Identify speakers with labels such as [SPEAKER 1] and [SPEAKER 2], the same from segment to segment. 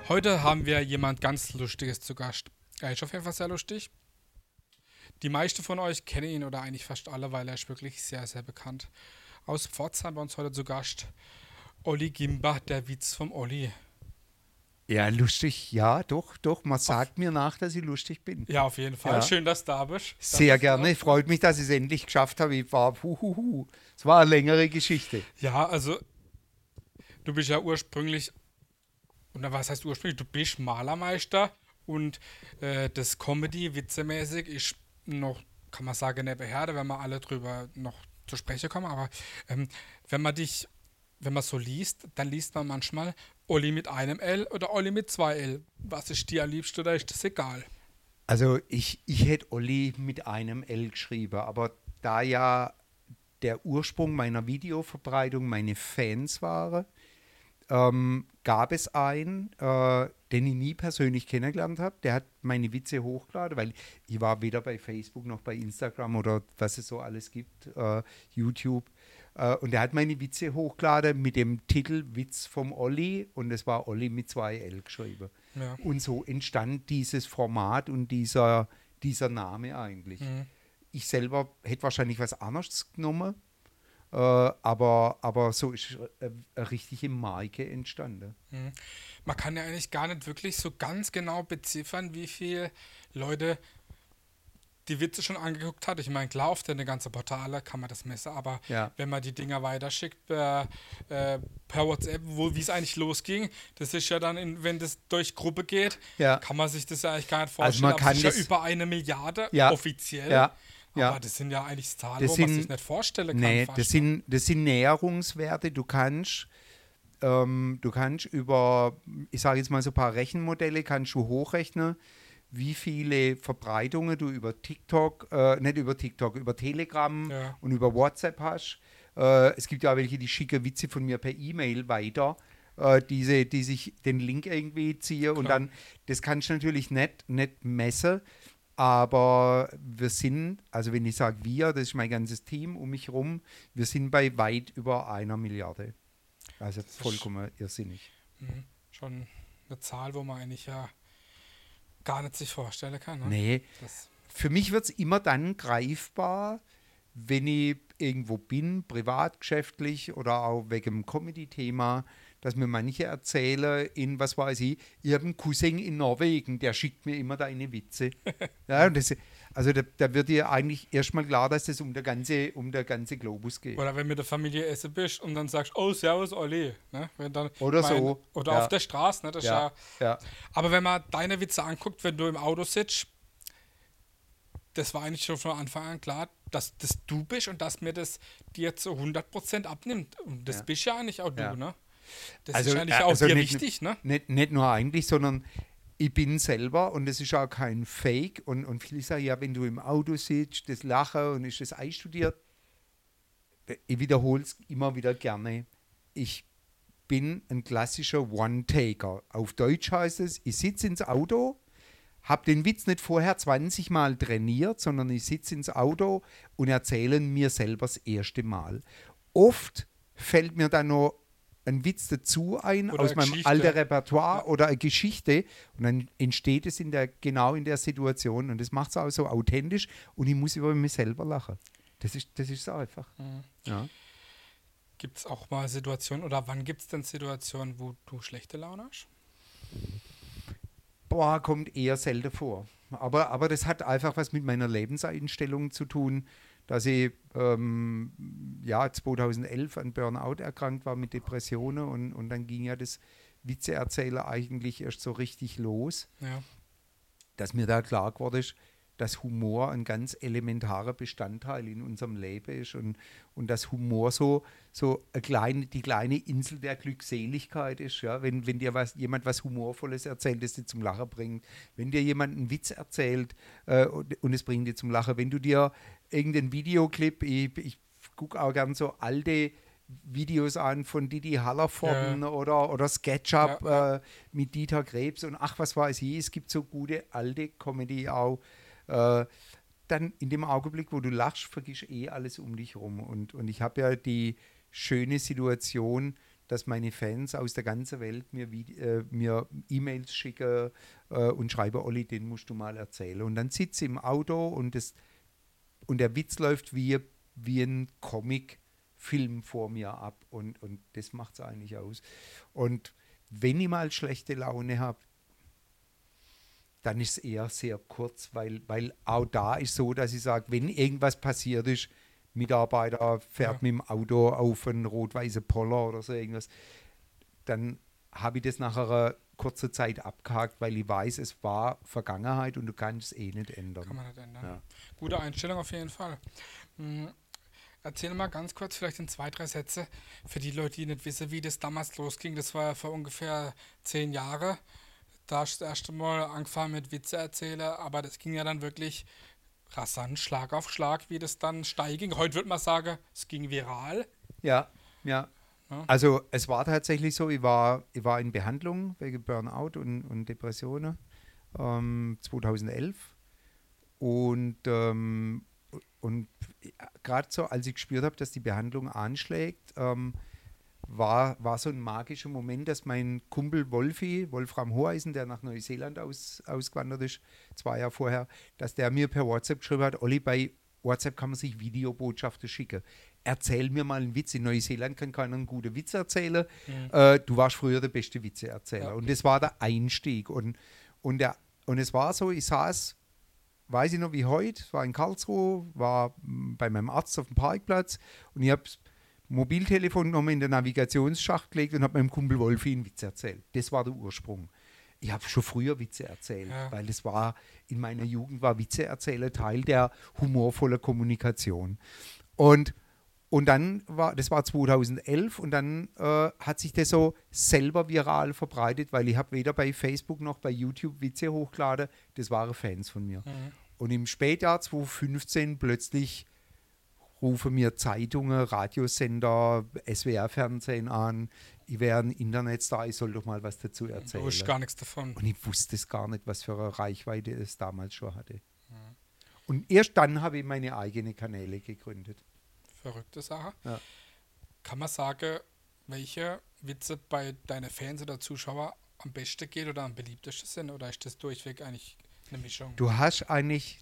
[SPEAKER 1] Heute haben wir jemand ganz Lustiges zu Gast. Er ist auf jeden Fall sehr lustig. Die meisten von euch kennen ihn oder eigentlich fast alle, weil er ist wirklich sehr, sehr bekannt. Aus Pforzheim bei uns heute zu Gast Olli Gimbach, der Witz vom Olli.
[SPEAKER 2] Ja, lustig, ja, doch. Man
[SPEAKER 1] Auf,
[SPEAKER 2] sagt mir nach, dass ich lustig bin.
[SPEAKER 1] ja, auf jeden Fall.
[SPEAKER 2] Ja,
[SPEAKER 1] Schön, dass du da bist. Das
[SPEAKER 2] sehr
[SPEAKER 1] ist das
[SPEAKER 2] gerne.
[SPEAKER 1] Erste.
[SPEAKER 2] Freut mich, dass ich es endlich geschafft habe. Ich war, huhuhu. Es war eine längere Geschichte.
[SPEAKER 1] Ja, also du bist ja ursprünglich, oder was heißt ursprünglich, du bist Malermeister und das Comedy witzemäßig ist noch, kann man sagen, nebenher, da werden wir alle drüber noch zu sprechen kommen, aber ähm, wenn man dich, wenn man so liest, dann liest man manchmal Olli mit einem L oder Olli mit zwei L. Was ist dir am liebsten oder ist das egal?
[SPEAKER 2] Also ich hätte Olli mit einem L geschrieben, aber da ja der Ursprung meiner Videoverbreitung meine Fans waren, gab es einen, den ich nie persönlich kennengelernt habe. Der hat meine Witze hochgeladen, weil ich war weder bei Facebook noch bei Instagram oder was es so alles gibt, YouTube. Und der hat meine Witze hochgeladen mit dem Titel Witz vom Olli und es war Olli mit zwei L geschrieben.
[SPEAKER 1] Ja.
[SPEAKER 2] Und so entstand dieses Format und dieser Name eigentlich.
[SPEAKER 1] Mhm.
[SPEAKER 2] Ich selber hätte wahrscheinlich was anderes genommen, aber so ist eine richtige Marke entstanden.
[SPEAKER 1] Mhm. Man kann ja eigentlich gar nicht wirklich so ganz genau beziffern, wie viele Leute die Witze schon angeguckt hat. Ich meine, klar, auf den ganzen Portale kann man das messen, aber
[SPEAKER 2] Ja,
[SPEAKER 1] wenn man die Dinger weiterschickt per WhatsApp, wie es eigentlich losging, das ist ja dann, wenn das durch Gruppe geht,
[SPEAKER 2] ja.
[SPEAKER 1] kann man sich das ja eigentlich gar nicht
[SPEAKER 2] Also
[SPEAKER 1] vorstellen.
[SPEAKER 2] man
[SPEAKER 1] Aber es
[SPEAKER 2] kann
[SPEAKER 1] ist ja
[SPEAKER 2] das,
[SPEAKER 1] über 1 Milliarde
[SPEAKER 2] ja,
[SPEAKER 1] offiziell,
[SPEAKER 2] ja,
[SPEAKER 1] aber
[SPEAKER 2] ja.
[SPEAKER 1] das sind ja eigentlich Zahlen,
[SPEAKER 2] Das
[SPEAKER 1] wo man sich
[SPEAKER 2] sind,
[SPEAKER 1] nicht vorstellen kann
[SPEAKER 2] nee,
[SPEAKER 1] fast. Ne?
[SPEAKER 2] das sind Näherungswerte. Du kannst über, ich sage jetzt mal so ein paar Rechenmodelle, kannst du hochrechnen, wie viele Verbreitungen du über TikTok, nicht über TikTok, über Telegram
[SPEAKER 1] Ja,
[SPEAKER 2] und über WhatsApp hast. Es gibt ja auch welche, die schicken Witze von mir per E-Mail weiter, die sich den Link irgendwie ziehen und
[SPEAKER 1] klar.
[SPEAKER 2] dann, das kannst du natürlich nicht messen, aber wir sind, also wenn ich sage wir, das ist mein ganzes Team um mich herum, wir sind bei weit über 1 Milliarde. Also
[SPEAKER 1] Das ist
[SPEAKER 2] vollkommen irrsinnig.
[SPEAKER 1] schon eine Zahl, wo man eigentlich ja gar nicht sich vorstellen kann. Ne?
[SPEAKER 2] Nee,
[SPEAKER 1] Das,
[SPEAKER 2] für mich wird es immer dann greifbar, wenn ich irgendwo bin, privat, geschäftlich oder auch wegen dem Comedy-Thema, dass mir manche erzählen in, was weiß ich habe einen Cousin in Norwegen, der schickt mir immer deine Witze. Ja,
[SPEAKER 1] ja.
[SPEAKER 2] und also da wird dir eigentlich erstmal klar, dass es um der ganze Globus geht.
[SPEAKER 1] Oder wenn mit der Familie essen bist und dann sagst, oh, servus, Olli. Ne? Wenn dann
[SPEAKER 2] Oder so,
[SPEAKER 1] oder auf
[SPEAKER 2] ja,
[SPEAKER 1] der Straße, ne? Das ist
[SPEAKER 2] ja,
[SPEAKER 1] ja.
[SPEAKER 2] ja.
[SPEAKER 1] Aber wenn man deine Witze anguckt, wenn du im Auto sitzt, das war eigentlich schon von Anfang an klar, dass das du bist und dass mir das dir zu 100% abnimmt. Und das
[SPEAKER 2] Ja,
[SPEAKER 1] bist ja eigentlich auch du,
[SPEAKER 2] ja.
[SPEAKER 1] ne? Das ist
[SPEAKER 2] Also,
[SPEAKER 1] eigentlich auch dir wichtig, ne?
[SPEAKER 2] nicht nur eigentlich, sondern ich bin selber und es ist auch kein Fake. Und viele sagen, ja, wenn du im Auto sitzt, das Lachen und ist das einstudiert. Ich wiederhole es immer wieder gerne. Ich bin ein klassischer One-Taker. Auf Deutsch heißt es, ich sitze ins Auto, habe den Witz nicht vorher 20 Mal trainiert, sondern ich sitze ins Auto und erzähle mir selber das erste Mal. Oft fällt mir dann noch ein Witz dazu ein
[SPEAKER 1] Oder
[SPEAKER 2] aus
[SPEAKER 1] eine
[SPEAKER 2] meinem alten
[SPEAKER 1] Geschichte.
[SPEAKER 2] Repertoire
[SPEAKER 1] Ja.
[SPEAKER 2] oder eine Geschichte und dann entsteht es genau in der Situation und das macht es auch so authentisch und ich muss über mich selber lachen. Das ist so einfach.
[SPEAKER 1] Mhm.
[SPEAKER 2] Ja.
[SPEAKER 1] Gibt es auch mal Situationen oder wann gibt es denn Situationen, wo du schlechte Laune hast?
[SPEAKER 2] Boah, kommt eher selten vor. Aber das hat einfach was mit meiner Lebenseinstellung zu tun, dass ich ja, 2011 an Burnout erkrankt war mit Depressionen und dann ging ja das Witzeerzähler eigentlich erst so richtig los,
[SPEAKER 1] Ja.
[SPEAKER 2] dass mir da klar geworden ist, dass Humor ein ganz elementarer Bestandteil in unserem Leben ist und dass Humor so die kleine Insel der Glückseligkeit ist. Ja? Wenn dir jemand was Humorvolles erzählt, das dir zum Lachen bringt, wenn dir jemand einen Witz erzählt und es bringt dir zum Lachen, wenn du dir irgendeinen Videoclip, ich gucke auch gern so alte Videos an von Didi
[SPEAKER 1] Ja,
[SPEAKER 2] Hallervorden oder
[SPEAKER 1] ja,
[SPEAKER 2] SketchUp
[SPEAKER 1] ja.
[SPEAKER 2] mit Dieter Krebs und ach, was weiß ich, es gibt so gute alte Comedy auch. Äh, Dann in dem Augenblick, wo du lachst, vergisst alles um dich rum. Und ich habe ja die schöne Situation, dass meine Fans aus der ganzen Welt mir E-Mails schicken und schreiben, Olli, den musst du mal erzählen. Und dann sitze ich im Auto und der Witz läuft wie ein Comic-Film vor mir ab. Und das macht es eigentlich aus. Und wenn ich mal schlechte Laune habe, dann ist es eher sehr kurz, weil auch da ist so, dass ich sage, wenn irgendwas passiert ist, Mitarbeiter fährt mit dem Auto auf einen rot-weißen Poller oder so irgendwas, dann habe ich das nach einer kurzen Zeit abgehakt, weil ich weiß, es war Vergangenheit und du kannst es eh nicht ändern.
[SPEAKER 1] Kann man nicht ändern.
[SPEAKER 2] Ja.
[SPEAKER 1] Gute Einstellung auf jeden Fall. Erzähl mal ganz kurz, vielleicht in 2, 3 Sätze, für die Leute, die nicht wissen, wie das damals losging. Das war vor ungefähr 10 Jahre. Da hast du das erste Mal angefangen mit Witze erzählen, aber das ging ja dann wirklich rasant, Schlag auf Schlag, wie das dann steiging. Heute würde man sagen, es ging viral.
[SPEAKER 2] Ja.
[SPEAKER 1] Ja.
[SPEAKER 2] Also es war tatsächlich so, ich war in Behandlung wegen Burnout und Depressionen 2011 und gerade so, als ich gespürt habe, dass die Behandlung anschlägt, war so ein magischer Moment, dass mein Kumpel Wolfram Hoheisen, der nach Neuseeland ausgewandert ist, 2 Jahre vorher, dass der mir per WhatsApp geschrieben hat, Olli, bei WhatsApp kann man sich Videobotschaften schicken. Erzähl mir mal einen Witz. In Neuseeland kann keiner einen guten Witz erzählen. Du warst früher der beste Witzeerzähler. Ja. Und das war der Einstieg. Und es war so, ich saß, weiß ich noch wie heute, war in Karlsruhe, war bei meinem Arzt auf dem Parkplatz und ich habe das Mobiltelefon nochmal in den Navigationsschacht gelegt und habe meinem Kumpel Wolfi einen Witz erzählt. Das war der Ursprung. Ich habe schon früher Witze erzählt, weil das war, in meiner Jugend war Witze erzählen Teil der humorvollen Kommunikation. Und dann das war 2011 und dann hat sich das so selber viral verbreitet, weil ich habe weder bei Facebook noch bei YouTube Witze hochgeladen, das waren Fans von mir. Und im Spätjahr 2015 plötzlich rufen mir Zeitungen, Radiosender, SWR-Fernsehen an, ich wäre ein Internetstar, ich soll doch mal was dazu erzählen.
[SPEAKER 1] Du wusstest gar nichts davon.
[SPEAKER 2] Und ich wusste es gar nicht, was für eine Reichweite es damals schon hatte. Und erst dann habe ich meine eigenen Kanäle gegründet.
[SPEAKER 1] Verrückte Sache.
[SPEAKER 2] Ja.
[SPEAKER 1] Kann man sagen, welche Witze bei deinen Fans oder Zuschauer am besten geht oder am beliebtesten sind? Oder ist das durchweg eigentlich eine Mischung?
[SPEAKER 2] Du hast eigentlich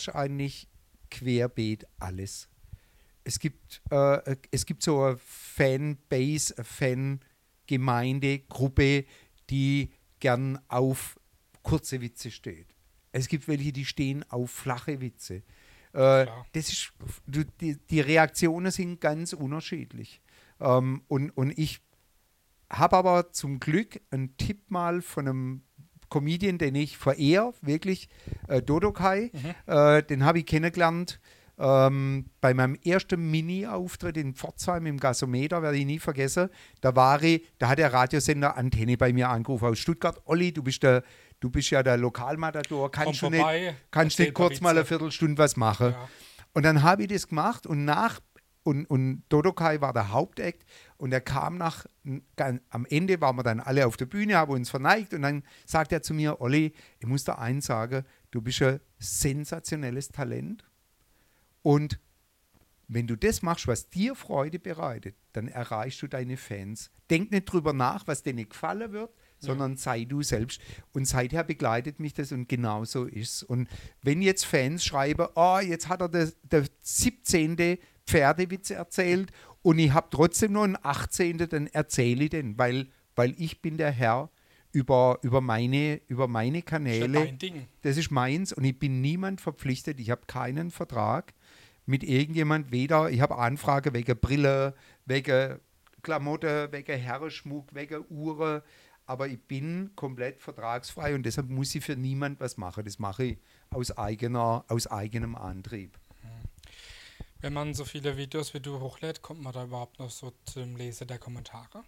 [SPEAKER 2] querbeet alles. Es gibt so eine Fanbase, eine Fangemeinde, Gruppe, die gern auf kurze Witze steht. Es gibt welche, die stehen auf flache Witze. Das ist, die Reaktionen sind ganz unterschiedlich. Und ich habe aber zum Glück einen Tipp mal von einem Comedian, den ich verehre, wirklich, Dodokai. Den habe ich kennengelernt bei meinem ersten Mini-Auftritt in Pforzheim im Gasometer, werde ich nie vergessen. Da hat der Radiosender Antenne bei mir angerufen aus Stuttgart. Olli, du bist ja der Lokalmatador, kannst du nicht kurz mal eine Viertelstunde was machen? Ja. Und dann habe ich das gemacht und und Dodokai war der Hauptakt und er kam am Ende waren wir dann alle auf der Bühne, haben uns verneigt und dann sagt er zu mir, Olli, ich muss dir eins sagen, du bist ein sensationelles Talent und wenn du das machst, was dir Freude bereitet, dann erreichst du deine Fans. Denk nicht drüber nach, was dir nicht gefallen wird, sondern sei du selbst. Und seither begleitet mich das und genau so ist es. Und wenn jetzt Fans schreiben, jetzt hat er der 17. Pferdewitz erzählt und ich habe trotzdem noch einen 18., dann erzähle ich den, weil ich bin der Herr über meine Kanäle.
[SPEAKER 1] Das ist dein Ding.
[SPEAKER 2] Das ist meins und ich bin niemand verpflichtet, ich habe keinen Vertrag mit irgendjemand, weder, ich habe Anfrage wegen Brille, wegen Klamotte, wegen Herrenschmuck, wegen Uhren, aber ich bin komplett vertragsfrei und deshalb muss ich für niemand was machen. Das mache ich aus eigenem Antrieb.
[SPEAKER 1] Wenn man so viele Videos wie du hochlädt, kommt man da überhaupt noch so zum Lesen der Kommentare?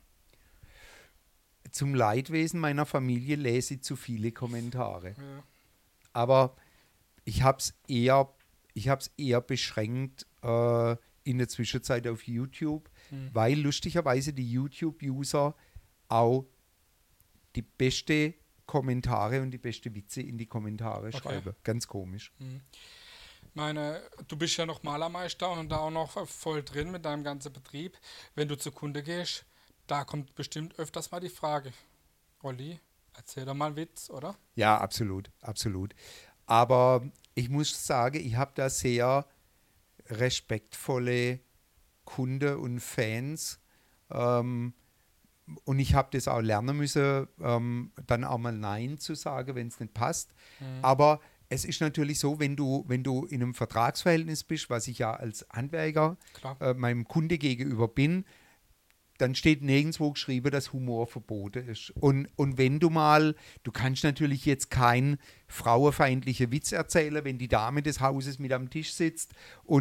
[SPEAKER 2] Zum Leidwesen meiner Familie lese ich zu viele Kommentare.
[SPEAKER 1] Ja.
[SPEAKER 2] Aber ich habe es eher beschränkt in der Zwischenzeit auf YouTube, weil lustigerweise die YouTube-User auch die beste Kommentare und die beste Witze in die Kommentare schreiben. Ganz komisch.
[SPEAKER 1] Du bist ja noch Malermeister und da auch noch voll drin mit deinem ganzen Betrieb. Wenn du zu Kunde gehst, da kommt bestimmt öfters mal die Frage, Olli, erzähl doch mal einen Witz, oder?
[SPEAKER 2] Ja, absolut, absolut. Aber ich muss sagen, ich habe da sehr respektvolle Kunden und Fans. Ähm, und ich habe das auch lernen müssen, dann auch mal Nein zu sagen, wenn es nicht passt.
[SPEAKER 1] Mhm.
[SPEAKER 2] Aber es ist natürlich so, wenn du in einem Vertragsverhältnis bist, was ich ja als Handwerker
[SPEAKER 1] Klar.
[SPEAKER 2] meinem Kunde gegenüber bin, dann steht nirgendwo geschrieben, dass Humor verboten ist. Und wenn du kannst natürlich jetzt keinen frauenfeindlichen Witz erzählen, wenn die Dame des Hauses mit am Tisch sitzt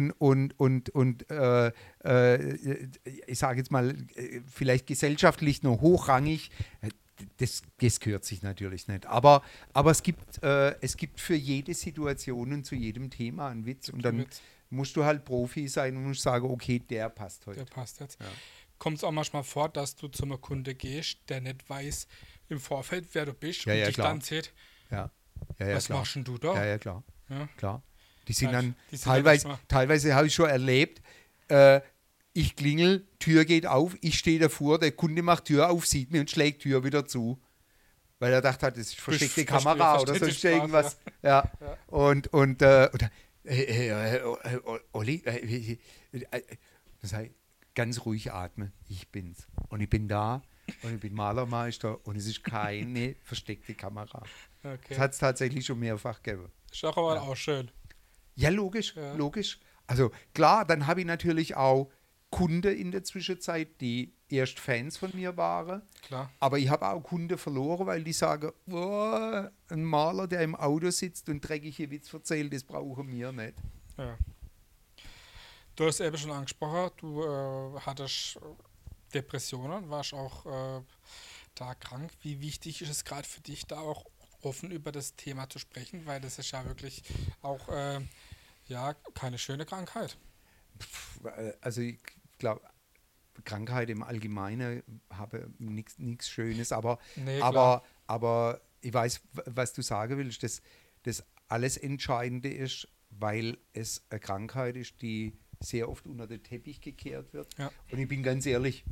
[SPEAKER 2] ich sage jetzt mal, vielleicht gesellschaftlich noch hochrangig. Das gehört sich natürlich nicht. Aber es gibt für jede Situation und zu jedem Thema einen Witz. Und dann
[SPEAKER 1] Witz.
[SPEAKER 2] musst du halt Profi sein und musst sagen, okay, der passt heute.
[SPEAKER 1] Der passt jetzt.
[SPEAKER 2] Ja.
[SPEAKER 1] Kommt es auch manchmal vor, dass du zu einem Kunde gehst, der nicht weiß im Vorfeld, wer du bist
[SPEAKER 2] Ja,
[SPEAKER 1] und
[SPEAKER 2] ja,
[SPEAKER 1] dich
[SPEAKER 2] klar.
[SPEAKER 1] dann sieht,
[SPEAKER 2] Ja, ja,
[SPEAKER 1] was
[SPEAKER 2] klar.
[SPEAKER 1] machst denn du da?
[SPEAKER 2] Ja, ja, klar.
[SPEAKER 1] Ja.
[SPEAKER 2] Klar. Die sind
[SPEAKER 1] Ja,
[SPEAKER 2] dann
[SPEAKER 1] die sind dann nicht mal-
[SPEAKER 2] teilweise habe ich schon erlebt, ich klingel, Tür geht auf, ich stehe davor, der Kunde macht Tür auf, sieht mich und schlägt Tür wieder zu. Weil er dachte, das ist versteckte Kamera oder
[SPEAKER 1] versteht die
[SPEAKER 2] sonst
[SPEAKER 1] Sprache,
[SPEAKER 2] irgendwas. Ja.
[SPEAKER 1] Ja.
[SPEAKER 2] Oder Olli, das heißt, ganz ruhig atmen. Ich bin's. Und ich bin da und ich bin Malermeister und es ist keine versteckte Kamera. Das
[SPEAKER 1] Okay.
[SPEAKER 2] hat es tatsächlich schon mehrfach gegeben.
[SPEAKER 1] Ist auch aber auch schön.
[SPEAKER 2] Ja, logisch,
[SPEAKER 1] Ja.
[SPEAKER 2] logisch. Also klar, dann habe ich natürlich auch Kunden in der Zwischenzeit, die erst Fans von mir waren.
[SPEAKER 1] Klar.
[SPEAKER 2] Aber ich habe auch Kunden verloren, weil die sagen, oh, ein Maler, der im Auto sitzt und dreckige Witz erzählt, das brauchen wir nicht.
[SPEAKER 1] Ja. Du hast eben schon angesprochen, du hattest Depressionen, warst auch da krank. Wie wichtig ist es gerade für dich, da auch offen über das Thema zu sprechen, weil das ist ja wirklich auch ja, keine schöne Krankheit.
[SPEAKER 2] Also ich glaube, Krankheit im Allgemeinen habe nichts Schönes, aber,
[SPEAKER 1] Nee, klar.
[SPEAKER 2] aber ich weiß, was du sagen willst. Das alles Entscheidende ist, weil es eine Krankheit ist, die sehr oft unter den Teppich gekehrt wird.
[SPEAKER 1] Ja.
[SPEAKER 2] Und ich bin ganz ehrlich,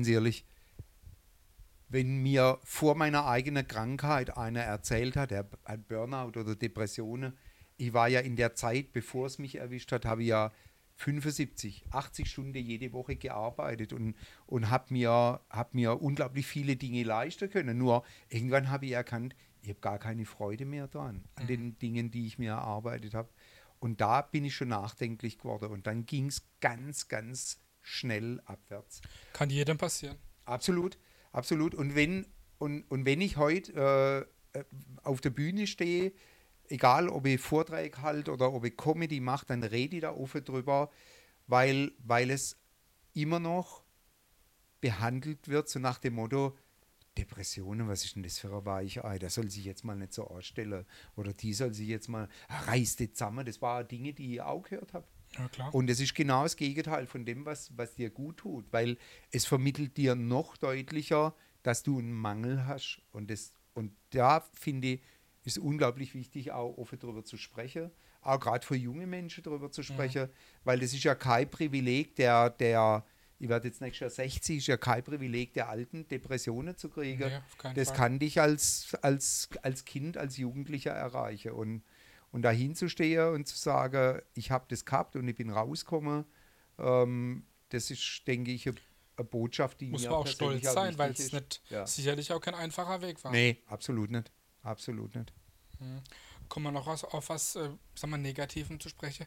[SPEAKER 2] wenn mir vor meiner eigenen Krankheit einer erzählt hat, er hat Burnout oder Depressionen, ich war ja in der Zeit, bevor es mich erwischt hat, habe ich ja 75, 80 Stunden jede Woche gearbeitet und hab mir unglaublich viele Dinge leisten können. Nur irgendwann habe ich erkannt, ich habe gar keine Freude mehr dran, an den Dingen, die ich mir erarbeitet habe. Und da bin ich schon nachdenklich geworden. Und dann ging es ganz, ganz schnell abwärts.
[SPEAKER 1] Kann jedem passieren.
[SPEAKER 2] Absolut, absolut. Und wenn ich heute auf der Bühne stehe, egal ob ich Vorträge halte oder ob ich Comedy mache, dann rede ich da offen drüber, weil es immer noch behandelt wird, so nach dem Motto, Depressionen, was ist denn das für ein Weichei? Der soll sich jetzt mal nicht so anstellen. Oder die soll sich jetzt mal, reißt die zusammen. Das waren Dinge, die ich auch gehört habe.
[SPEAKER 1] Ja, klar.
[SPEAKER 2] Und es ist genau das Gegenteil von dem, was dir gut tut, weil es vermittelt dir noch deutlicher, dass du einen Mangel hast. Und da finde ich, ist unglaublich wichtig, auch offen darüber zu sprechen, auch gerade für junge Menschen darüber zu sprechen, weil das ist ja kein Privileg ich werde jetzt nächstes Jahr 60, ist ja kein Privileg der Alten, Depressionen zu kriegen.
[SPEAKER 1] Nee, auf keinen
[SPEAKER 2] Das
[SPEAKER 1] Fall.
[SPEAKER 2] kann dich als Kind, als Jugendlicher erreichen. Und da hinzustehen und zu sagen, ich habe das gehabt und ich bin rausgekommen, das ist, denke ich, eine Botschaft, die
[SPEAKER 1] Muss
[SPEAKER 2] mir
[SPEAKER 1] man auch
[SPEAKER 2] persönlich
[SPEAKER 1] stolz sein, weil
[SPEAKER 2] wichtig
[SPEAKER 1] es
[SPEAKER 2] ist.
[SPEAKER 1] nicht
[SPEAKER 2] Ja.
[SPEAKER 1] sicherlich auch kein einfacher Weg war.
[SPEAKER 2] Nee, absolut nicht. Absolut nicht.
[SPEAKER 1] Kommen wir noch auf was, sagen wir, Negativem zu sprechen.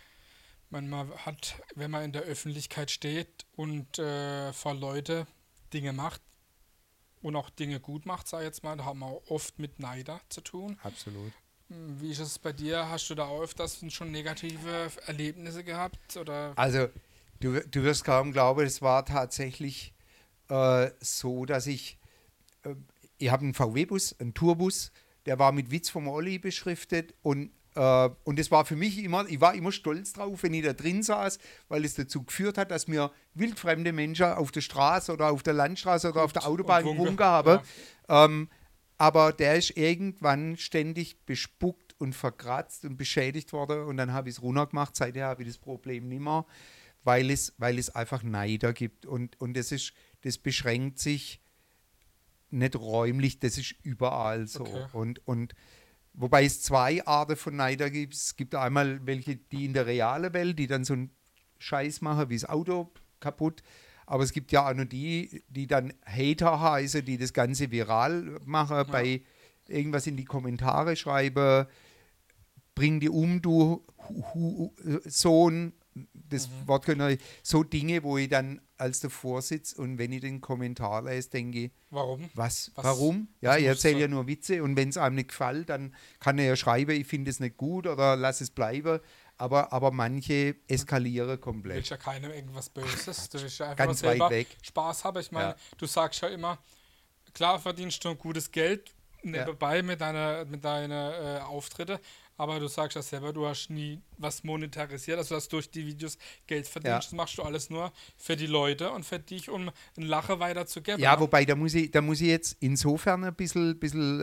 [SPEAKER 1] Man hat, wenn man in der Öffentlichkeit steht und vor Leute Dinge macht und auch Dinge gut macht, sag ich jetzt mal, da haben wir oft mit Neider zu tun.
[SPEAKER 2] Absolut.
[SPEAKER 1] Wie ist es bei dir? Hast du da auch öfters schon negative Erlebnisse gehabt? Oder?
[SPEAKER 2] Also, du wirst kaum glauben, es war tatsächlich so, dass ich habe einen VW-Bus, einen Tourbus, der war mit Witz vom Olli beschriftet und das war für mich immer, ich war immer stolz drauf, wenn ich da drin saß, weil es dazu geführt hat, dass mir wildfremde Menschen auf der Straße oder auf der Landstraße oder auf der Autobahn gewunken haben.
[SPEAKER 1] Ja.
[SPEAKER 2] Aber der ist irgendwann ständig bespuckt und verkratzt und beschädigt worden und dann habe ich es runtergemacht. Seither habe ich das Problem nicht mehr, weil es einfach Neider gibt. Und das beschränkt sich nicht räumlich, das ist überall so.
[SPEAKER 1] Okay.
[SPEAKER 2] Und wobei es zwei Arten von Neider gibt. Es gibt einmal welche, die in der realen Welt, die dann so einen Scheiß machen, wie das Auto kaputt. Aber es gibt ja auch noch die dann Hater heißen, die das Ganze viral machen, bei irgendwas in die Kommentare schreiben, bring die um, du Sohn. Das Wort können so Dinge, wo ich dann als davor sitze und wenn ich den Kommentar lese, denke ich,
[SPEAKER 1] Warum?
[SPEAKER 2] warum? Ja,
[SPEAKER 1] was
[SPEAKER 2] ich
[SPEAKER 1] musst
[SPEAKER 2] erzähle
[SPEAKER 1] du-
[SPEAKER 2] ja nur Witze und wenn es einem nicht gefällt, dann kann er ja schreiben, ich finde es nicht gut oder lass es bleiben. Aber manche eskalieren
[SPEAKER 1] Du
[SPEAKER 2] komplett.
[SPEAKER 1] willst ja keinem irgendwas Böses. Du willst ja einfach
[SPEAKER 2] Ganz
[SPEAKER 1] nur selber
[SPEAKER 2] weit weg.
[SPEAKER 1] Spaß haben. Ich meine,
[SPEAKER 2] Ja.
[SPEAKER 1] du sagst ja immer, klar verdienst du ein gutes Geld nebenbei mit deiner Auftritte, aber du sagst ja selber, du hast nie was monetarisiert, also dass du durch die Videos Geld verdienst.
[SPEAKER 2] Ja.
[SPEAKER 1] Das machst du alles nur für die Leute und für dich, um ein Lachen weiterzugeben.
[SPEAKER 2] Ja,
[SPEAKER 1] ne?
[SPEAKER 2] wobei, da muss ich jetzt insofern ein bisschen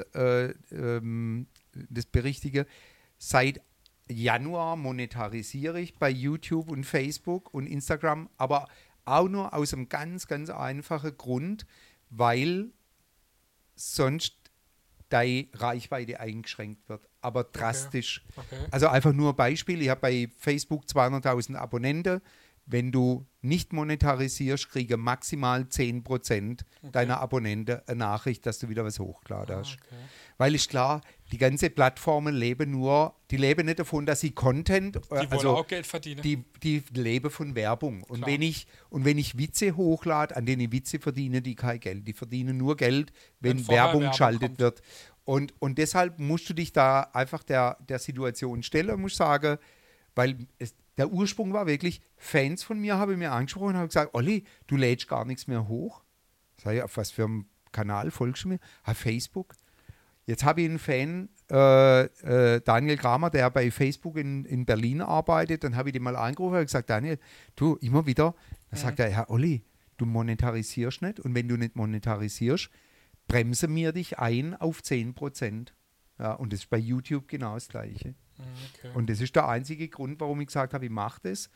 [SPEAKER 2] das berichtigen. Seit Januar monetarisiere ich bei YouTube und Facebook und Instagram, aber auch nur aus einem ganz, ganz einfachen Grund, weil sonst deine Reichweite eingeschränkt wird, aber drastisch.
[SPEAKER 1] Okay.
[SPEAKER 2] Also einfach nur ein Beispiel, ich habe bei Facebook 200.000 Abonnenten. Wenn du nicht monetarisierst, kriege maximal 10% deiner Abonnenten eine Nachricht, dass du wieder was hochgeladen hast.
[SPEAKER 1] Okay.
[SPEAKER 2] Weil ist klar, die ganze Plattformen leben nicht davon, dass sie Content,
[SPEAKER 1] Die wollen
[SPEAKER 2] also
[SPEAKER 1] auch Geld verdienen.
[SPEAKER 2] die leben von Werbung. Und
[SPEAKER 1] Klar.
[SPEAKER 2] wenn ich Witze hochlade, an denen Witze verdienen die kein Geld. Die verdienen nur Geld, wenn
[SPEAKER 1] vorher
[SPEAKER 2] Werbung
[SPEAKER 1] Werbung
[SPEAKER 2] geschaltet
[SPEAKER 1] kommt.
[SPEAKER 2] wird. Und deshalb musst du dich da einfach der Situation stellen, muss ich sagen, weil der Ursprung war wirklich, Fans von mir haben mir angesprochen und haben gesagt, Olli, du lädst gar nichts mehr hoch. Sag ich, auf was für einem Kanal folgst du mir? Auf Facebook. Jetzt habe ich einen Fan, Daniel Kramer, der bei Facebook in Berlin arbeitet. Dann habe ich den mal angerufen und gesagt, Daniel, du, immer wieder. Dann sagt er, Herr Olli, du monetarisierst nicht. Und wenn du nicht monetarisierst, bremse mir dich ein auf 10%. Ja, und das ist bei YouTube genau das Gleiche.
[SPEAKER 1] Okay.
[SPEAKER 2] Und das ist der einzige Grund, warum ich gesagt habe, ich mache das.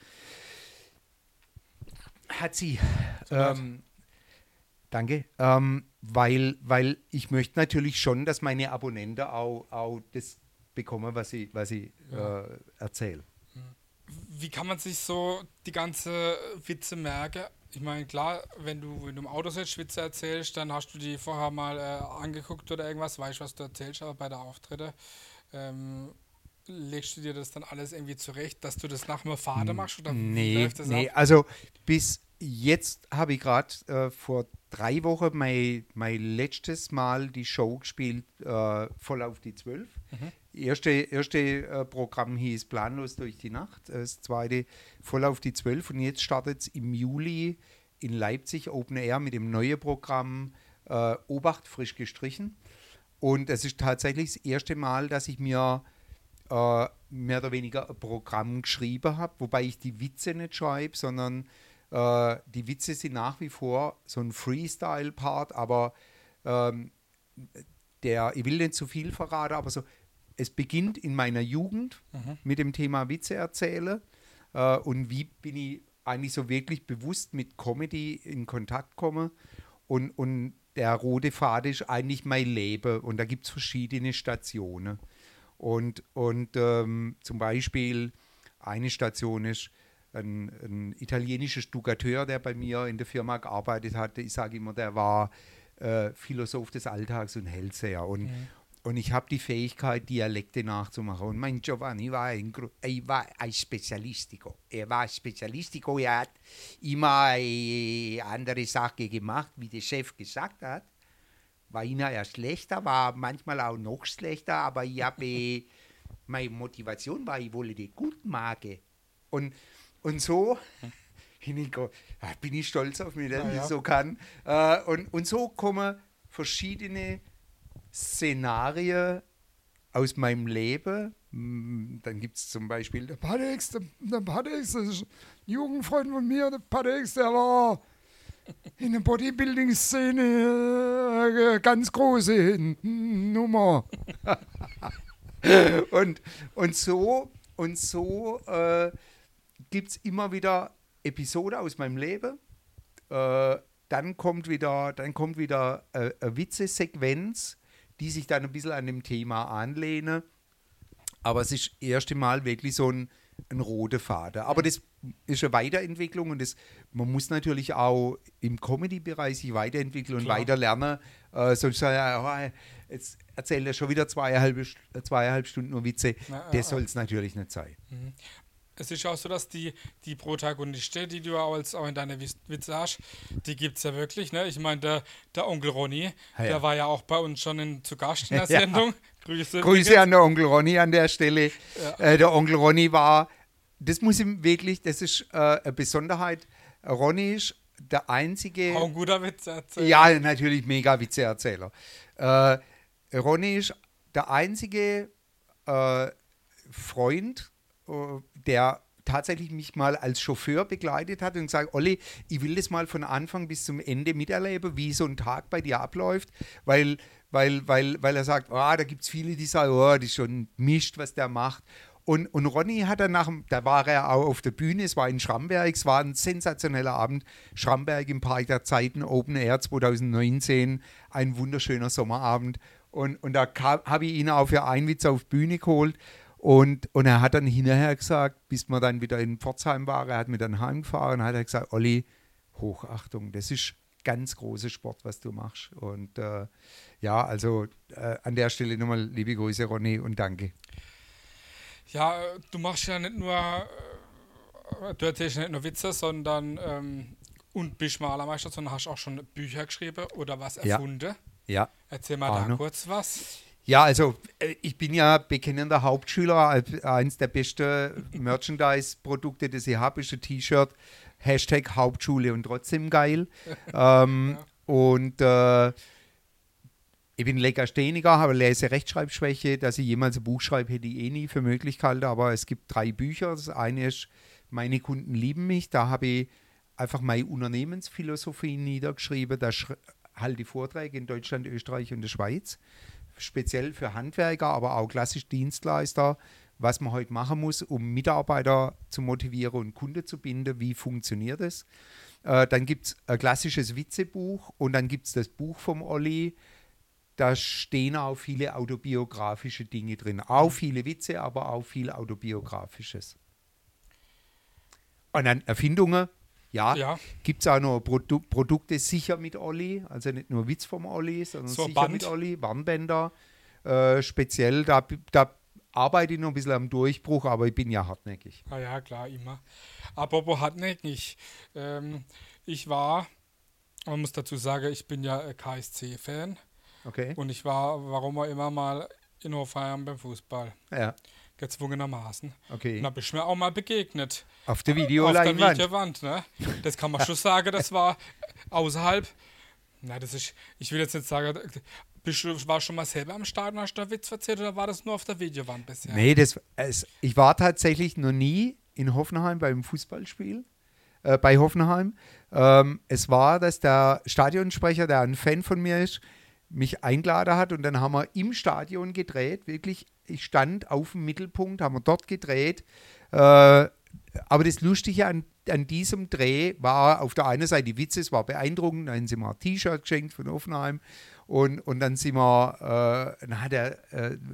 [SPEAKER 2] Hat sie. Danke. Weil ich möchte natürlich schon, dass meine Abonnenten auch das bekommen, was ich erzähle.
[SPEAKER 1] Wie kann man sich so die ganze Witze merken? Ich meine, klar, wenn du im Auto sitzt, Witze erzählst, dann hast du die vorher mal angeguckt oder irgendwas, weißt, was du erzählst, aber bei der Auftritte legst du dir das dann alles irgendwie zurecht, dass du das nach dem Fade machst? Oder wie läuft das ab?
[SPEAKER 2] Also bis jetzt habe ich gerade vor 3 Wochen mein letztes Mal die Show gespielt, voll auf die 12. Erste Programm hieß Planlos durch die Nacht, das zweite voll auf die 12 und jetzt startet es im Juli in Leipzig Open Air mit dem neuen Programm Obacht frisch gestrichen. Und es ist tatsächlich das erste Mal, dass ich mir mehr oder weniger ein Programm geschrieben habe, wobei ich die Witze nicht schreibe, sondern die Witze sind nach wie vor so ein Freestyle-Part, aber ich will nicht zu viel verraten, aber so, es beginnt in meiner Jugend mit dem Thema Witze erzählen und wie bin ich eigentlich so wirklich bewusst mit Comedy in Kontakt komme und der rote Faden ist eigentlich mein Leben und da gibt es verschiedene Stationen und zum Beispiel eine Station ist ein italienischer Stuckateur, der bei mir in der Firma gearbeitet hatte. Ich sage immer, der war Philosoph des Alltags und Hellseher. Und ich habe die Fähigkeit, Dialekte nachzumachen. Und mein Giovanni war ein Spezialistico. Er war Spezialistico, er hat immer eine andere Sache gemacht, wie der Chef gesagt hat. War hinterher schlechter, war manchmal auch noch schlechter, aber ich habe, meine Motivation war, ich wollte die gut machen. Und so bin ich stolz auf mich, dass ich so kann. Und so kommen verschiedene Szenarien aus meinem Leben. Dann gibt es zum Beispiel der Padex, das ist ein Jugendfreund von mir, der Padex, der war in der Bodybuilding-Szene ganz große Nummer. und so gibt es immer wieder Episode aus meinem Leben. Dann kommt wieder eine Witzesequenz, die sich dann ein bisschen an dem Thema anlehnen. Aber es ist das erste Mal wirklich so ein roter Faden. Aber das ist eine Weiterentwicklung und man muss natürlich auch im Comedy-Bereich sich weiterentwickeln und weiter lernen. Sonst jetzt erzählt er schon wieder zweieinhalb Stunden nur Witze. Das soll es natürlich nicht sein.
[SPEAKER 1] Mhm. Es ist auch so, dass die Protagonisten, die du auch in deiner Witze hast, die gibt es ja wirklich. Ne? Ich meine, der Onkel Ronny, der war ja auch bei uns schon zu Gast in der Sendung.
[SPEAKER 2] Grüße an der Onkel Ronny an der Stelle. Ja. Der Onkel Ronny war, das muss ihm wirklich, das ist eine Besonderheit. Ronny ist der einzige...
[SPEAKER 1] Auch ein guter Witzeerzähler.
[SPEAKER 2] Ja, natürlich mega Witzeerzähler. Ronny ist der einzige Freund, der tatsächlich mich mal als Chauffeur begleitet hat und gesagt, Olli, ich will das mal von Anfang bis zum Ende miterleben, wie so ein Tag bei dir abläuft, weil er sagt, da gibt es viele, die sagen, das ist schon Mist, was der macht. Und Ronny hat dann da war er auch auf der Bühne, es war in Schramberg, es war ein sensationeller Abend, Schramberg im Park der Zeiten, Open Air 2019, ein wunderschöner Sommerabend. Und da habe ich ihn auch für einen Witz auf die Bühne geholt. Und er hat dann hinterher gesagt, bis wir dann wieder in Pforzheim waren, er hat mir dann heimgefahren, hat er gesagt, Olli, Hochachtung, das ist ganz großer Sport, was du machst. Und also an der Stelle nochmal liebe Grüße, Ronny, und danke.
[SPEAKER 1] Ja, du machst ja nicht nur, du erzählst nicht nur Witze, sondern und bist Malermeister, sondern hast auch schon Bücher geschrieben oder was erfunden.
[SPEAKER 2] Ja.
[SPEAKER 1] Erzähl mal da kurz was.
[SPEAKER 2] Ja, also ich bin ja bekennender Hauptschüler. Eines der besten Merchandise-Produkte, das ich habe, ist ein T-Shirt, #Hauptschule und trotzdem geil. Und ich bin Legastheniker, habe Lese-Rechtschreibschwäche. Dass ich jemals ein Buch schreibe, hätte ich eh nie für möglich gehalten. Aber es gibt 3 Bücher. Das eine ist Meine Kunden lieben mich. Da habe ich einfach meine Unternehmensphilosophie niedergeschrieben. Da halte ich Vorträge in Deutschland, Österreich und der Schweiz. Speziell für Handwerker, aber auch klassisch Dienstleister, was man heute machen muss, um Mitarbeiter zu motivieren und Kunden zu binden. Wie funktioniert es? Dann gibt es ein klassisches Witzebuch und dann gibt es das Buch vom Olli. Da stehen auch viele autobiografische Dinge drin. Auch viele Witze, aber auch viel Autobiografisches. Und dann Erfindungen. Ja. Gibt es auch noch Produkte sicher mit Olli, also nicht nur Witz vom Olli, sondern so sicher Band mit Olli, Warnbänder. Speziell, da arbeite ich noch ein bisschen am Durchbruch, aber ich bin ja hartnäckig.
[SPEAKER 1] Ja, klar, immer. Apropos hartnäckig, ich war, man muss dazu sagen, ich bin ja KSC-Fan.
[SPEAKER 2] Okay.
[SPEAKER 1] Und ich war, warum auch immer, mal in Hofheim beim Fußball.
[SPEAKER 2] Ja.
[SPEAKER 1] Gezwungenermaßen.
[SPEAKER 2] Okay.
[SPEAKER 1] Und da bin ich mir auch mal begegnet.
[SPEAKER 2] Auf der Videoleinwand.
[SPEAKER 1] Auf der Videowand, ne? Das kann man schon sagen, das war außerhalb. Na, ich will jetzt nicht sagen, war schon mal selber am Stadion, hast du da Witz erzählt oder war das nur auf der Videowand bisher?
[SPEAKER 2] Nee, ich war tatsächlich noch nie in Hoffenheim beim Fußballspiel. Bei Hoffenheim. Es war, dass der Stadionsprecher, der ein Fan von mir ist, mich eingeladen hat und dann haben wir im Stadion gedreht, wirklich, ich stand auf dem Mittelpunkt, haben wir dort gedreht, aber das Lustige an diesem Dreh war auf der einen Seite die Witze, es war beeindruckend, dann sind wir ein T-Shirt geschenkt von Hoffenheim und dann sind wir, dann hat er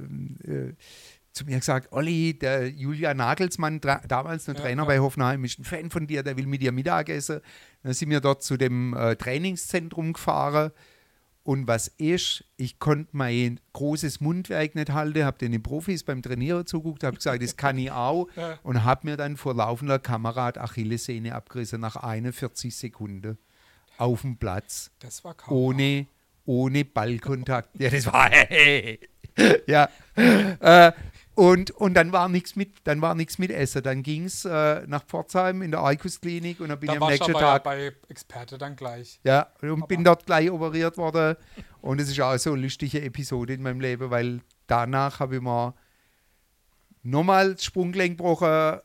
[SPEAKER 2] zu mir gesagt, Olli, der Julian Nagelsmann, damals noch Trainer bei Hoffenheim, ist ein Fan von dir, der will mit dir Mittagessen. Dann sind wir dort zu dem Trainingszentrum gefahren. Und was ist, ich konnte mein großes Mundwerk nicht halten, habe den Profis beim Trainieren zugeguckt, habe gesagt, das kann ich auch. Und habe mir dann vor laufender Kamera die Achillessehne abgerissen nach 41 Sekunden auf dem Platz.
[SPEAKER 1] Das war kaum.
[SPEAKER 2] Ohne Ballkontakt. Ja, das war ja. Und dann war nichts mit Essen. Dann ging es nach Pforzheim in der Arcus-Klinik und dann bin ich am nächsten Tag
[SPEAKER 1] bei Experte dann gleich.
[SPEAKER 2] Ja, und bin dort gleich operiert worden. Und es ist auch so eine lustige Episode in meinem Leben, weil danach habe ich mir nochmal das Sprunggelenk gebrochen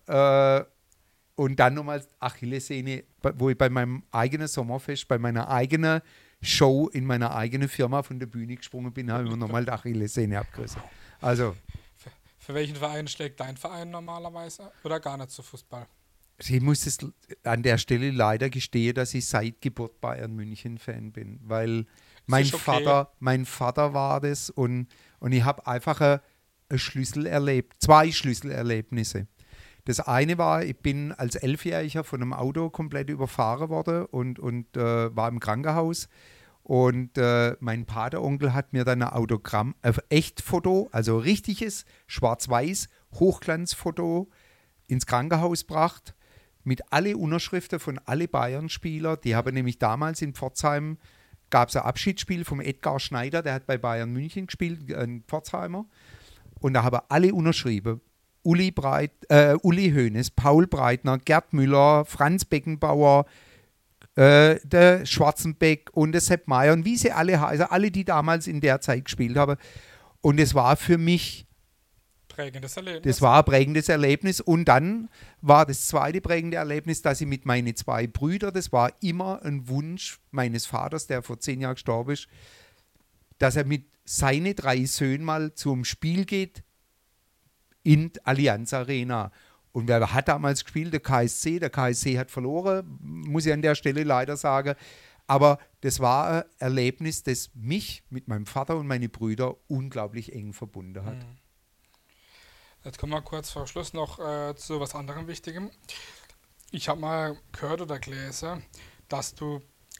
[SPEAKER 2] und dann nochmal Achillessehne, wo ich bei meinem eigenen Sommerfest, bei meiner eigenen Show in meiner eigenen Firma von der Bühne gesprungen bin, habe ich mir nochmal die Achillessehne abgerissen. Also
[SPEAKER 1] Für welchen Verein schlägt dein Verein normalerweise? Oder gar nicht zu Fußball?
[SPEAKER 2] Ich muss es an der Stelle leider gestehen, dass ich seit Geburt Bayern München-Fan bin, weil mein
[SPEAKER 1] ist okay.
[SPEAKER 2] Vater war das und ich habe einfach ein Schlüssel erlebt, zwei Schlüsselerlebnisse. Das eine war, ich bin als 11-Jähriger von einem Auto komplett überfahren worden und war im Krankenhaus. Und mein Pateronkel hat mir dann ein Autogramm, Echtfoto, also richtiges Schwarz-Weiß Hochglanzfoto ins Krankenhaus gebracht mit alle Unterschriften von alle Bayern-Spieler. Die haben nämlich damals in Pforzheim, gab es ein Abschiedsspiel vom Edgar Schneider, der hat bei Bayern München gespielt, ein Pforzheimer. Und da haben alle unterschrieben. Uli Hoeneß, Paul Breitner, Gerd Müller, Franz Beckenbauer, der Schwarzenbeck und der Sepp Maier und wie sie alle heißen, alle, die damals in der Zeit gespielt haben. Und es war für mich
[SPEAKER 1] Prägendes Erlebnis.
[SPEAKER 2] das war ein prägendes Erlebnis. Und dann war das zweite prägende Erlebnis, dass ich mit meinen zwei Brüdern, das war immer ein Wunsch meines Vaters, der vor 10 Jahren gestorben ist, dass er mit seinen 3 Söhnen mal zum Spiel geht in Allianz Arena. Und wer hat damals gespielt? Der KSC. Der KSC hat verloren, muss ich an der Stelle leider sagen. Aber das war ein Erlebnis, das mich mit meinem Vater und meine Brüder unglaublich eng verbunden hat.
[SPEAKER 1] Jetzt kommen wir kurz vor Schluss noch zu was anderem Wichtigem. Ich habe mal gehört oder gelesen, dass du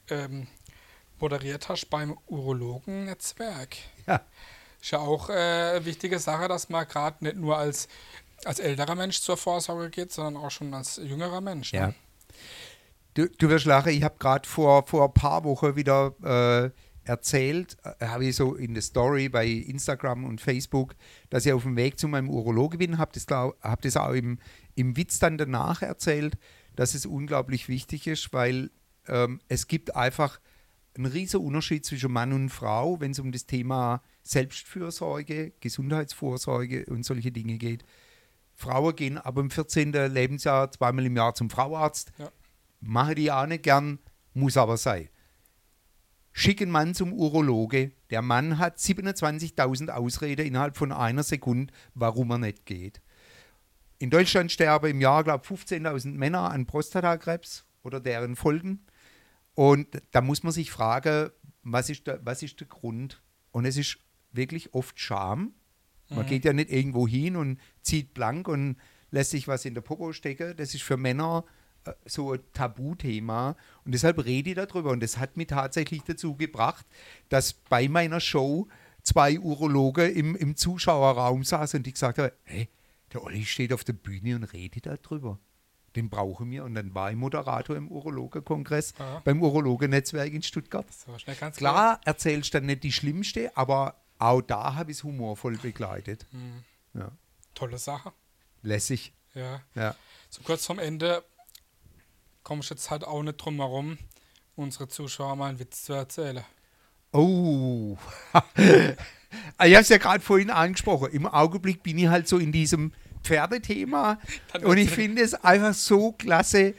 [SPEAKER 1] moderiert hast beim Urologen-Netzwerk.
[SPEAKER 2] Ja.
[SPEAKER 1] Ist ja auch eine wichtige Sache, dass man gerade nicht nur als älterer Mensch zur Vorsorge geht, sondern auch schon als jüngerer Mensch. Ne?
[SPEAKER 2] Ja. Du wirst lachen, ich habe gerade vor ein paar Wochen wieder erzählt, habe ich so in der Story bei Instagram und Facebook, dass ich auf dem Weg zu meinem Urologe bin, habe das auch im Witz dann danach erzählt, dass es unglaublich wichtig ist, weil es gibt einfach einen riesen Unterschied zwischen Mann und Frau, wenn es um das Thema Selbstfürsorge, Gesundheitsvorsorge und solche Dinge geht. Frauen gehen ab dem 14. Lebensjahr 2-mal im Jahr zum Frauarzt.
[SPEAKER 1] Ja.
[SPEAKER 2] Mache die auch nicht gern, muss aber sein. Schicken Mann zum Urologe. Der Mann hat 27.000 Ausreden innerhalb von einer Sekunde, warum er nicht geht. In Deutschland sterben im Jahr, glaube ich, 15.000 Männer an Prostatakrebs oder deren Folgen. Und da muss man sich fragen, was ist der Grund? Und es ist wirklich oft Scham. Man geht ja nicht irgendwo hin und zieht blank und lässt sich was in der Popo stecken. Das ist für Männer so ein Tabuthema. Und deshalb rede ich darüber. Und das hat mich tatsächlich dazu gebracht, dass bei meiner Show 2 Urologen im Zuschauerraum saßen und die gesagt haben, hey, der Olli steht auf der Bühne und redet darüber. Den brauchen wir. Und dann war ich Moderator im Urologenkongress, beim Urologennetzwerk in Stuttgart.
[SPEAKER 1] So schnell kann's
[SPEAKER 2] Klar, erzählst du dann nicht die schlimmste, aber auch da habe ich es humorvoll begleitet. Ja.
[SPEAKER 1] Tolle Sache.
[SPEAKER 2] Lässig.
[SPEAKER 1] Ja.
[SPEAKER 2] Ja.
[SPEAKER 1] So kurz vorm Ende kommst du jetzt halt auch nicht drum herum, unsere Zuschauer mal einen Witz zu erzählen.
[SPEAKER 2] Oh. Ich habe es ja gerade vorhin angesprochen. Im Augenblick bin ich halt so in diesem Pferdethema und ich finde es einfach so klasse,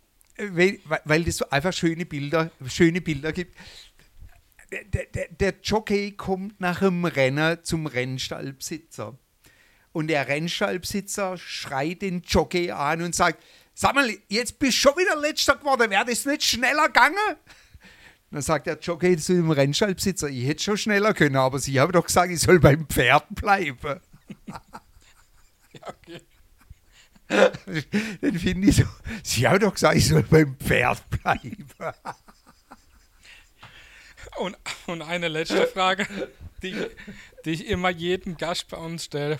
[SPEAKER 2] weil das so einfach schöne Bilder gibt. Der Jockey kommt nach dem Rennen zum Rennstallbesitzer und der Rennstallbesitzer schreit den Jockey an und sagt, sag mal, jetzt bist du schon wieder Letzter geworden, wäre das nicht schneller gegangen? Dann sagt der Jockey zu dem Rennstallbesitzer, ich hätte schon schneller können, aber Sie haben doch gesagt, ich soll beim Pferd bleiben.
[SPEAKER 1] Ja, okay.
[SPEAKER 2] Dann finde ich so, Sie haben doch gesagt, ich soll beim Pferd bleiben.
[SPEAKER 1] Und eine letzte Frage, die ich immer jedem Gast bei uns stelle.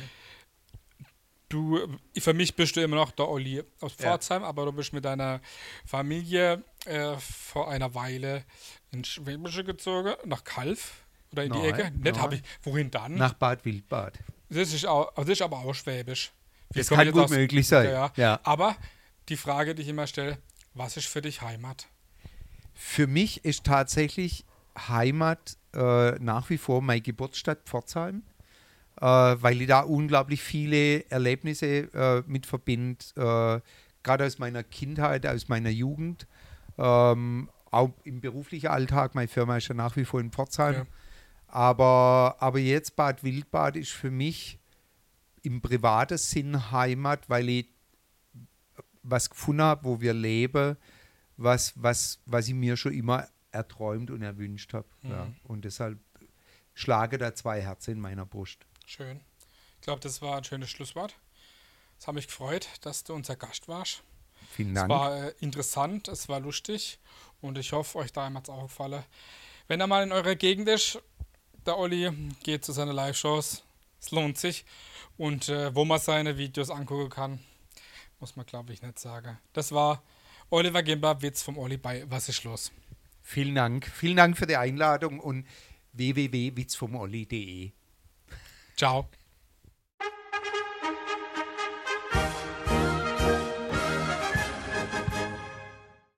[SPEAKER 1] Für mich bist du immer noch der Olli aus Pforzheim, aber du bist mit deiner Familie vor einer Weile ins Schwäbische gezogen, nach Kalf oder in die Ecke. Wohin dann?
[SPEAKER 2] Nach Bad Wildbad.
[SPEAKER 1] Das ist aber auch Schwäbisch.
[SPEAKER 2] Das kann gut möglich sein.
[SPEAKER 1] Ja. Aber die Frage, die ich immer stelle, was ist für dich Heimat?
[SPEAKER 2] Für mich ist tatsächlich Heimat nach wie vor meine Geburtsstadt Pforzheim, weil ich da unglaublich viele Erlebnisse mit verbinde, gerade aus meiner Kindheit, aus meiner Jugend, auch im beruflichen Alltag. Meine Firma ist ja nach wie vor in Pforzheim. Ja. Aber jetzt Bad Wildbad ist für mich im privaten Sinn Heimat, weil ich was gefunden habe, wo wir leben, was ich mir schon immer erträumt und erwünscht habe. Ja. Und deshalb schlage da 2 Herzen in meiner Brust.
[SPEAKER 1] Schön. Ich glaube, das war ein schönes Schlusswort. Es hat mich gefreut, dass du unser Gast warst.
[SPEAKER 2] Vielen
[SPEAKER 1] Es
[SPEAKER 2] Dank.
[SPEAKER 1] war interessant, es war lustig und ich hoffe, euch daheim hat es auch gefallen. Wenn er mal in eurer Gegend ist, der Olli geht zu seinen Live-Shows. Es lohnt sich. Und wo man seine Videos angucken kann, muss man, glaube ich, nicht sagen. Das war Oliver Gimber, Witz vom Olli bei Was ist los?
[SPEAKER 2] Vielen Dank. Vielen Dank für die Einladung und www.witzvomolli.de.
[SPEAKER 1] Ciao.